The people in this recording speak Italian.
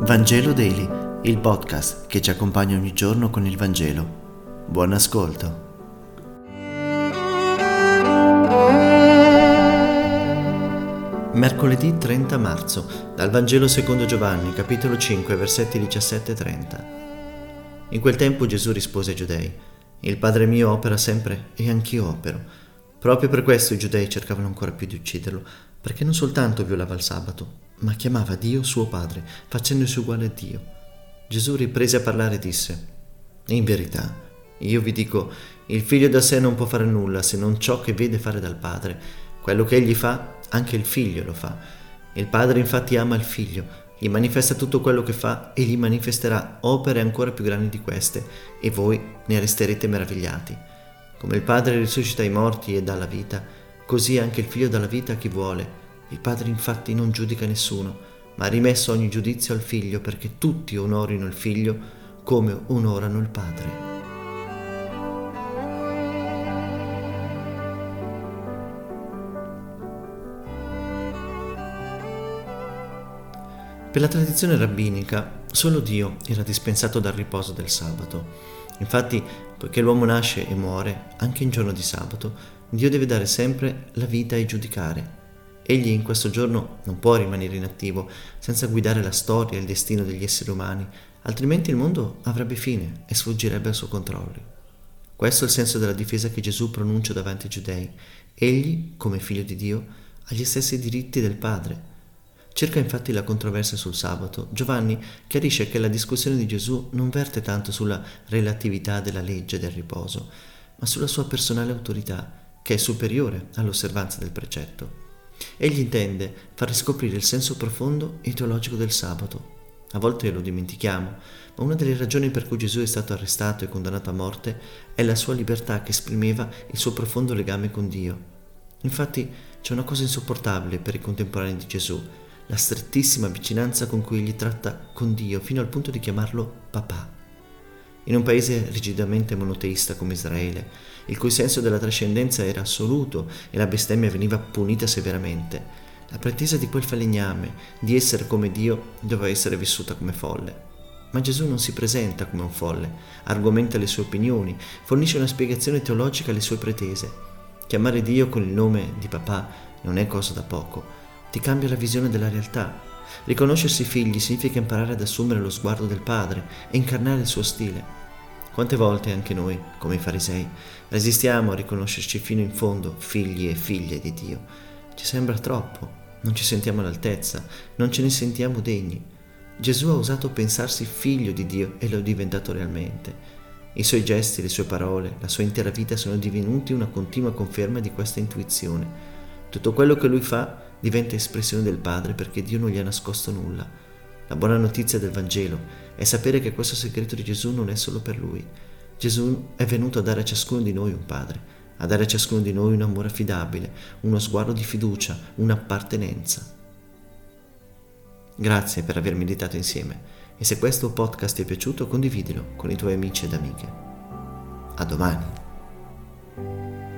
Vangelo Daily, il podcast che ci accompagna ogni giorno con il Vangelo. Buon ascolto. Mercoledì 30 marzo, dal Vangelo secondo Giovanni, capitolo 5, versetti 17 e 30. In quel tempo Gesù rispose ai giudei: «Il Padre mio opera sempre e anch'io opero». Proprio per questo i giudei cercavano ancora più di ucciderlo, perché non soltanto violava il sabato, ma chiamava Dio suo Padre, facendosi uguale a Dio. Gesù riprese a parlare e disse: «In verità, io vi dico, il figlio da sé non può fare nulla se non ciò che vede fare dal Padre. Quello che egli fa, anche il figlio lo fa. Il Padre infatti ama il figlio, gli manifesta tutto quello che fa e gli manifesterà opere ancora più grandi di queste, e voi ne resterete meravigliati. Come il Padre risuscita i morti e dà la vita, così anche il figlio dà la vita a chi vuole. Il Padre infatti non giudica nessuno, ma ha rimesso ogni giudizio al Figlio, perché tutti onorino il Figlio come onorano il Padre». Per la tradizione rabbinica, solo Dio era dispensato dal riposo del sabato. Infatti, poiché l'uomo nasce e muore, anche in giorno di sabato, Dio deve dare sempre la vita e giudicare. Egli in questo giorno non può rimanere inattivo, senza guidare la storia e il destino degli esseri umani, altrimenti il mondo avrebbe fine e sfuggirebbe al suo controllo. Questo è il senso della difesa che Gesù pronuncia davanti ai giudei. Egli, come figlio di Dio, ha gli stessi diritti del Padre. Cerca infatti la controversia sul sabato, Giovanni chiarisce che la discussione di Gesù non verte tanto sulla relatività della legge del riposo, ma sulla sua personale autorità, che è superiore all'osservanza del precetto. Egli intende far riscoprire il senso profondo e teologico del sabato. A volte lo dimentichiamo, ma una delle ragioni per cui Gesù è stato arrestato e condannato a morte è la sua libertà, che esprimeva il suo profondo legame con Dio. Infatti c'è una cosa insopportabile per i contemporanei di Gesù: la strettissima vicinanza con cui egli tratta con Dio, fino al punto di chiamarlo papà. In un paese rigidamente monoteista come Israele, il cui senso della trascendenza era assoluto e la bestemmia veniva punita severamente, la pretesa di quel falegname di essere come Dio doveva essere vissuta come folle. Ma Gesù non si presenta come un folle, argomenta le sue opinioni, fornisce una spiegazione teologica alle sue pretese. Chiamare Dio con il nome di papà non è cosa da poco, ti cambia la visione della realtà. Riconoscersi figli significa imparare ad assumere lo sguardo del Padre e incarnare il suo stile. Quante volte anche noi, come i farisei, resistiamo a riconoscerci fino in fondo figli e figlie di Dio. Ci sembra troppo, non ci sentiamo all'altezza, non ce ne sentiamo degni. Gesù ha osato pensarsi figlio di Dio e lo è diventato realmente. I suoi gesti, le sue parole, la sua intera vita sono divenuti una continua conferma di questa intuizione. Tutto quello che lui fa diventa espressione del Padre, perché Dio non gli ha nascosto nulla. La buona notizia del Vangelo è sapere che questo segreto di Gesù non è solo per lui. Gesù è venuto a dare a ciascuno di noi un Padre, a dare a ciascuno di noi un amore affidabile, uno sguardo di fiducia, un'appartenenza. Grazie per aver meditato insieme, e se questo podcast ti è piaciuto, condividilo con i tuoi amici ed amiche. A domani!